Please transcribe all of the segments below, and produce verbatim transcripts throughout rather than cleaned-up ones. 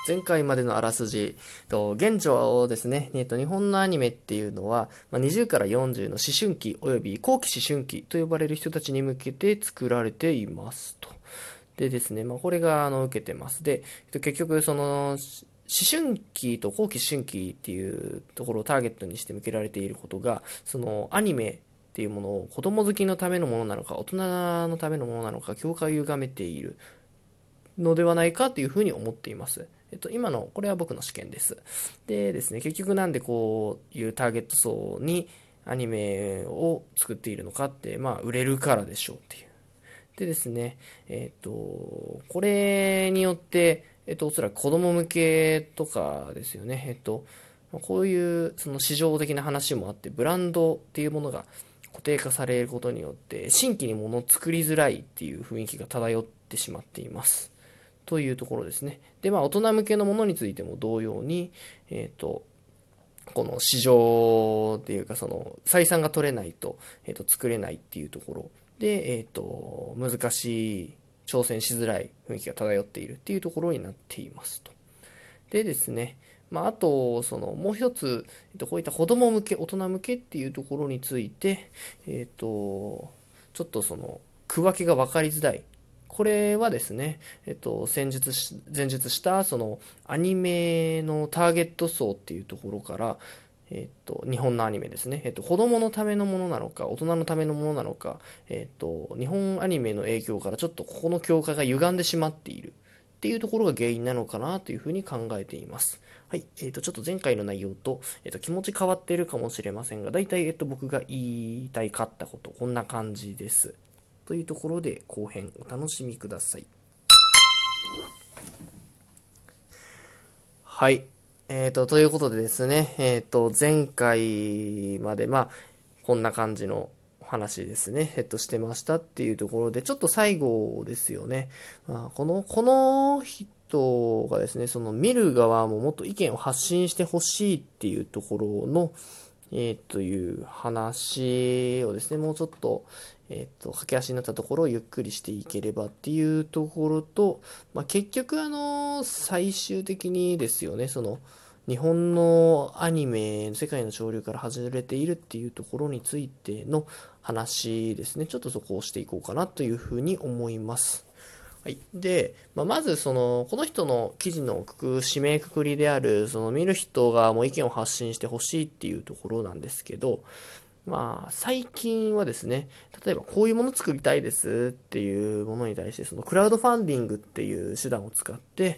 前回までのあらすじと現状ですね、えっと、日本のアニメっていうのは、まあ、にじゅうからよんじゅうの思春期および後期思春期と呼ばれる人たちに向けて作られていますと。でですね、まあ、これがあの受けてます。で、えっと、結局その思春期と後期思春期っていうところをターゲットにして向けられていることが、そのアニメっていうものを子供好きのためのものなのか大人のためのものなのか境界を歪めているのではないかというふうに思っています。えっと、今の、これは僕の試験です。でですね、結局なんでこういうターゲット層にアニメを作っているのかって、まあ、売れるからでしょうっていう。でですね、えっと、これによって、えっと、おそらく子供向けとかですよね。えっと、こういうその市場的な話もあって、ブランドっていうものが固定化されることによって、新規に物を作りづらいっていう雰囲気が漂ってしまっています。というところですね。で、まあ、大人向けのものについても同様に、えっと、この市場っていうか、その、採算が取れないと、えっと、作れないっていうところで、えっと、難しい、挑戦しづらい雰囲気が漂っているっていうところになっていますと。でですね、まあ、あと、その、もう一つ、えっと、こういった子供向け、大人向けっていうところについて、えっと、ちょっとその、区分けが分かりづらい。これはですね、えっと、先日し、前述した、その、アニメのターゲット層っていうところから、えっと、日本のアニメですね。えっと、子供のためのものなのか、大人のためのものなのか、えっと、日本アニメの影響からちょっとここの境界が歪んでしまっているっていうところが原因なのかなというふうに考えています。はい。えっと、ちょっと前回の内容と、えっと、気持ち変わっているかもしれませんが、大体、えっと、僕が言いたいかったこと、こんな感じです。というところで、後編お楽しみください。はい。えっと、ということでですね、えっと、前回まで、まあ、こんな感じのお話ですね、えっと、してましたっていうところで、ちょっと最後ですよね。まあ、この、この人がですね、その見る側ももっと意見を発信してほしいっていうところの、えー、という話をですね、もうちょっと、えー、と、駆け足になったところをゆっくりしていければっていうところと、まあ、結局、あの、最終的にですよね、その、日本のアニメ、世界の潮流から外れているっていうところについての話ですね、ちょっとそこをしていこうかなというふうに思います。はい。で、まあ、まずその、この人の記事のくく、締めくくりである、その見る人がもう意見を発信してほしいっていうところなんですけど、まあ、最近はですね、例えばこういうもの作りたいですっていうものに対して、そのクラウドファンディングっていう手段を使って、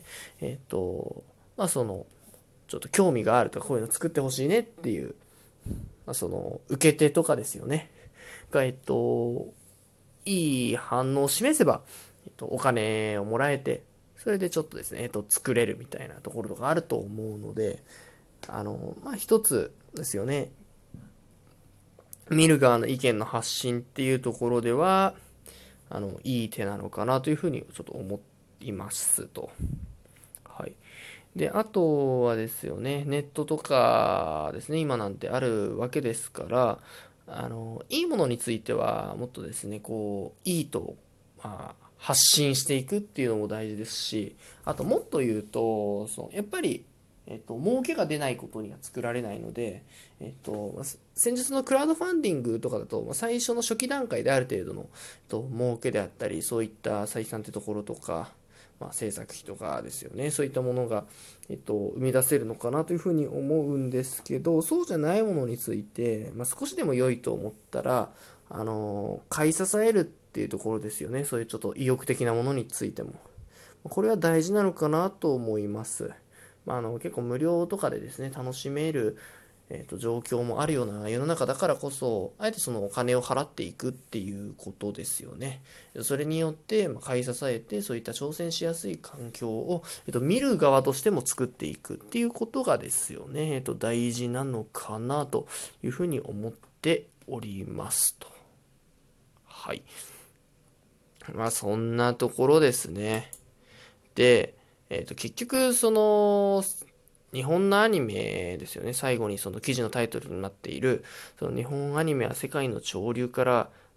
えっと、まあその、ちょっと興味があるとかこういうの作ってほしいねっていう、まあその、受け手とかですよね。が、えっと、いい反応を示せば、えっと、お金をもらえて、それでちょっとですね、えっと、作れるみたいなところとかあると思うので、あの、まあ、一つですよね、見る側の意見の発信っていうところでは、あの、いい手なのかなというふうにちょっと思いますと。はい。で、あとはですよね、ネットとかですね、今なんてあるわけですから、あの、いいものについては、もっとですね、こう、いいと、まあ、発信していくっていうのも大事ですし、あともっと言うと、そのやっぱり、えっと、儲けが出ないことには作られないので、えっと、先日のクラウドファンディングとかだと、最初の初期段階である程度の、えっと、儲けであったり、そういった採算ってところとか、まあ、制作費とかですよね。そういったものが、えっと、生み出せるのかなというふうに思うんですけど、そうじゃないものについて、まあ、少しでも良いと思ったら、あの、買い支えるっていうところですよね。そういうちょっと意欲的なものについても。これは大事なのかなと思います。まあ、あの結構無料とかでですね、楽しめる、えー、と状況もあるような世の中だからこそ、あえてそのお金を払っていくっていうことですよね。それによって、まあ、買い支えて、そういった挑戦しやすい環境を、えー、と見る側としても作っていくっていうことがですよね、えー、と大事なのかなというふうに思っておりますと。はい。まあそんなところですね。で、えっと、結局、その、日本のアニメですよね。最後にその記事のタイトルになっている、その日本アニメは世界の潮流から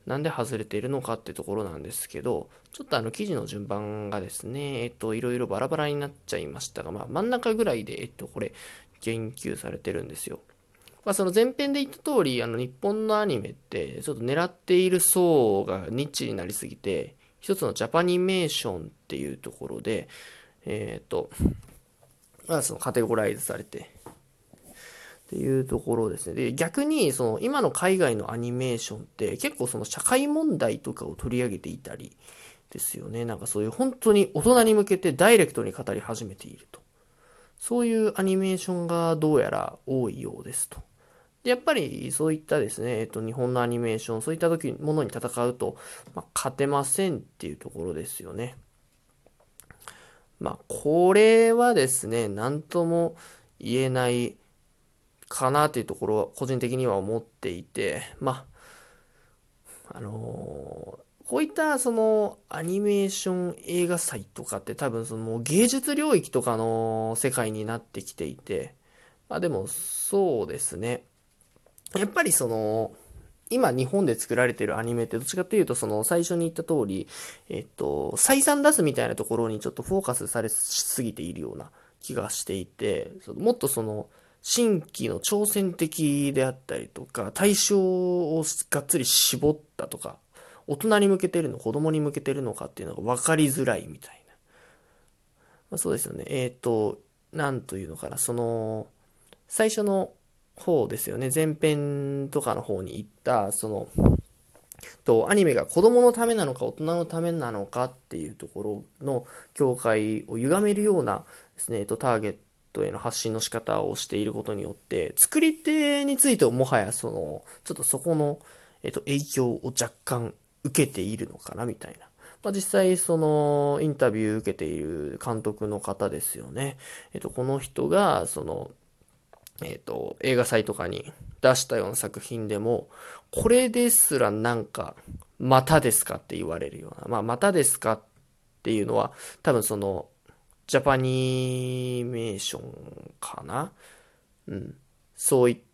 なんで外れているのかってところなんですけど、ちょっとあの記事の順番がですね、えっと、いろいろバラバラになっちゃいましたが、まあ真ん中ぐらいで、えっと、これ、言及されてるんですよ。まあその前編で言った通り、あの日本のアニメって、ちょっと狙っている層がニッチになりすぎて、一つのジャパニメーションっていうところで、えっと、まあそのカテゴライズされて、っていうところですね。で、逆に、その、今の海外のアニメーションって結構その社会問題とかを取り上げていたりですよね。なんかそういう本当に大人に向けてダイレクトに語り始めていると。そういうアニメーションがどうやら多いようですと。でやっぱりそういったですね、えっと、日本のアニメーション、そういった時、ものに戦うと、まあ、勝てませんっていうところですよね。まあ、これはですね、なんとも言えないかなというところは個人的には思っていて、まあ、あのーこういったそのアニメーション映画祭とかって多分その芸術領域とかの世界になってきていて、まあでもそうですね。やっぱりその、今日本で作られているアニメってどっちかっていうとその最初に言った通り、えっと、採算出すみたいなところにちょっとフォーカスされすぎているような気がしていて、もっとその、新規の挑戦的であったりとか、対象をがっつり絞ったとか、大人に向けてるの、子供に向けてるのかっていうのが分かりづらいみたいな。まあ、そうですよね。えっと、なんというのかな、その、最初の方ですよね。前編とかの方に行った、その、と、アニメが子供のためなのか大人のためなのかっていうところの境界を歪めるようなですね、えっと、ターゲットへの発信の仕方をしていることによって、作り手についてももはやその、ちょっとそこの、えっと、影響を若干受けているのかなみたいな。まあ、実際そのインタビュー受けている監督の方ですよね。えっと、この人がそのえっと、映画祭とかに出したような作品でも、これですらなんか、またですかって言われるような。まあ、またですかっていうのは、多分その、ジャパニメーションかな。うん。そういった、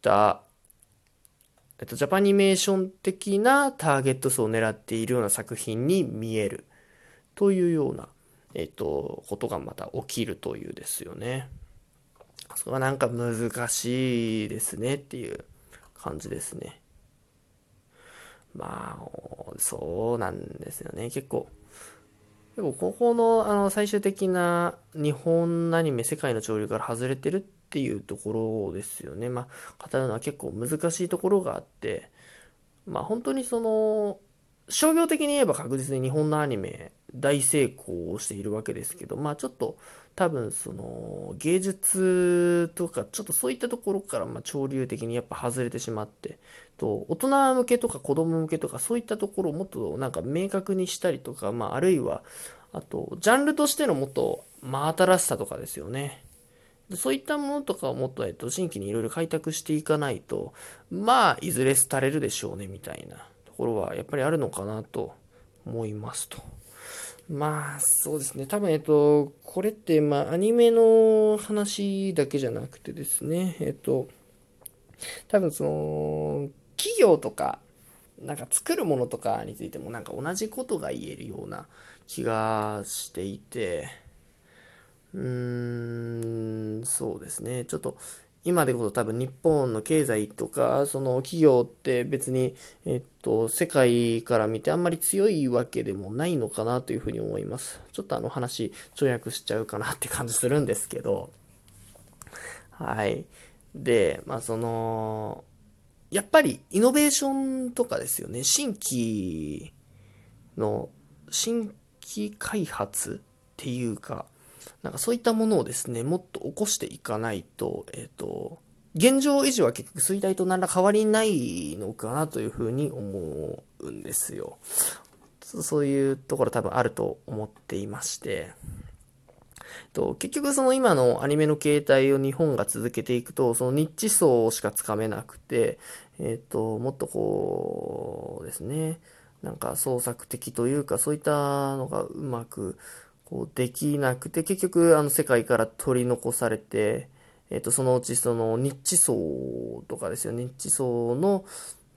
えっと、ジャパニメーション的なターゲット層を狙っているような作品に見える。というような、えっと、ことがまた起きるというですよね。それはなんか難しいですねっていう感じですね。まあ、そうなんですよね。結構、結構ここの、あの、最終的な日本アニメ世界の潮流から外れてるっていうところですよね。まあ、語るのは結構難しいところがあって、まあ本当にその、商業的に言えば確実に日本のアニメ大成功をしているわけですけど、まあちょっと多分その芸術とかちょっとそういったところからまあ潮流的にやっぱ外れてしまって、と大人向けとか子供向けとかそういったところをもっとなんか明確にしたりとか、まああるいはあとジャンルとしてのもっと真新しさとかですよね。そういったものとかをもっと、えっと、新規にいろいろ開拓していかないと、まあ、いずれ廃れるでしょうね、みたいなところは、やっぱりあるのかなと思いますと。まあ、そうですね。多分、えっと、これって、まあ、アニメの話だけじゃなくてですね、えっと、多分その、企業とか、なんか作るものとかについてもなんか同じことが言えるような気がしていて、うーん、そうですね。ちょっと、今でこそ多分日本の経済とか、その企業って別に、えっと、世界から見てあんまり強いわけでもないのかなというふうに思います。ちょっとあの話、跳躍しちゃうかなって感じするんですけど、はい。で、まあその、やっぱりイノベーションとかですよね。新規の、新規開発っていうか、なんかそういったものをですね、もっと起こしていかないと、えっと、現状維持は結局衰退と何ら変わりないのかなというふうに思うんですよ。そういうところ多分あると思っていまして、と結局その今のアニメの形態を日本が続けていくと、そのニッチ層しかつかめなくて、えっと、もっとこうですね、なんか創作的というか、そういったのがうまくこうできなくて、結局あの世界から取り残されて、えっと、そのうちそのニッチ層とかですよ、ニッチ層の、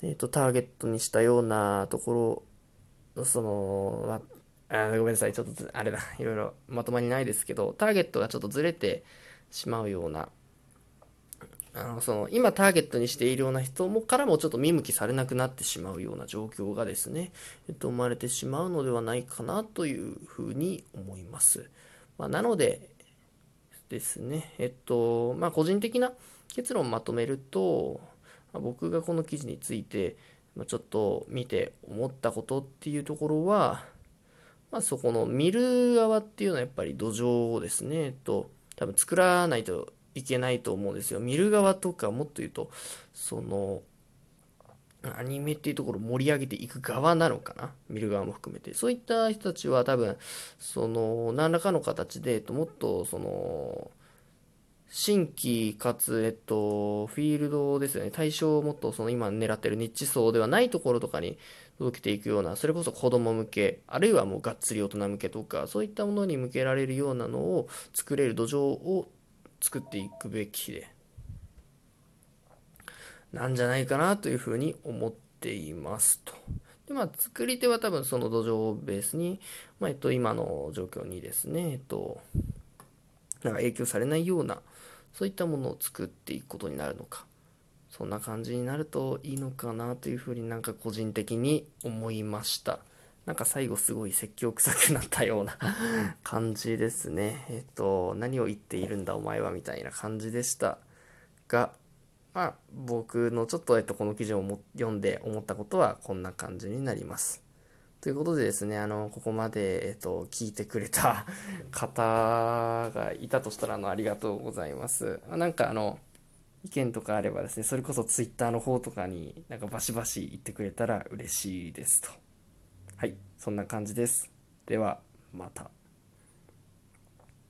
えっと、ターゲットにしたようなところ、その、まあ、あごめんなさい、ちょっとあれだ、いろいろまとまりないですけど、ターゲットがちょっとずれてしまうような、あのその今ターゲットにしているような人もからもちょっと見向きされなくなってしまうような状況がですね、えっと、生まれてしまうのではないかなというふうに思います。まあ、なのでですね、えっと、まあ、個人的な結論をまとめると、まあ僕がこの記事について、まあ、ちょっと見て思ったことっていうところは、まあ、そこの見る側っていうのはやっぱり土壌をですね、えっと、多分作らないといけないと思うんですよ。見る側とか、もっと言うと、その、アニメっていうところを盛り上げていく側なのかな、見る側も含めて。そういった人たちは多分、その、何らかの形で、えっと、もっと、その、新規かつ、えっと、フィールドですよね。対象をもっとその今狙ってるニッチ層ではないところとかに届けていくような、それこそ子供向け、あるいはもうがっつり大人向けとか、そういったものに向けられるようなのを作れる土壌を作っていくべきで、なんじゃないかなというふうに思っていますと。で、まあ、作り手は多分その土壌をベースに、まあ、えっと、今の状況にですね、えっと、なんか影響されないような、そういったものを作っていくことになるのか。そんな感じになるといいのかなというふうになんか個人的に思いました。なんか最後すごい説教臭くなったような感じですね。えっと、何を言っているんだお前はみたいな感じでしたが、まあ僕のちょっと、えっと、この記事をも読んで思ったことはこんな感じになります。ということでですね、あの、ここまで、えっと、聞いてくれた方がいたとしたら、あの、ありがとうございます。なんかあの、意見とかあればですね、それこそツイッターの方とかになんかバシバシ言ってくれたら嬉しいですと。はい、そんな感じです。では、また。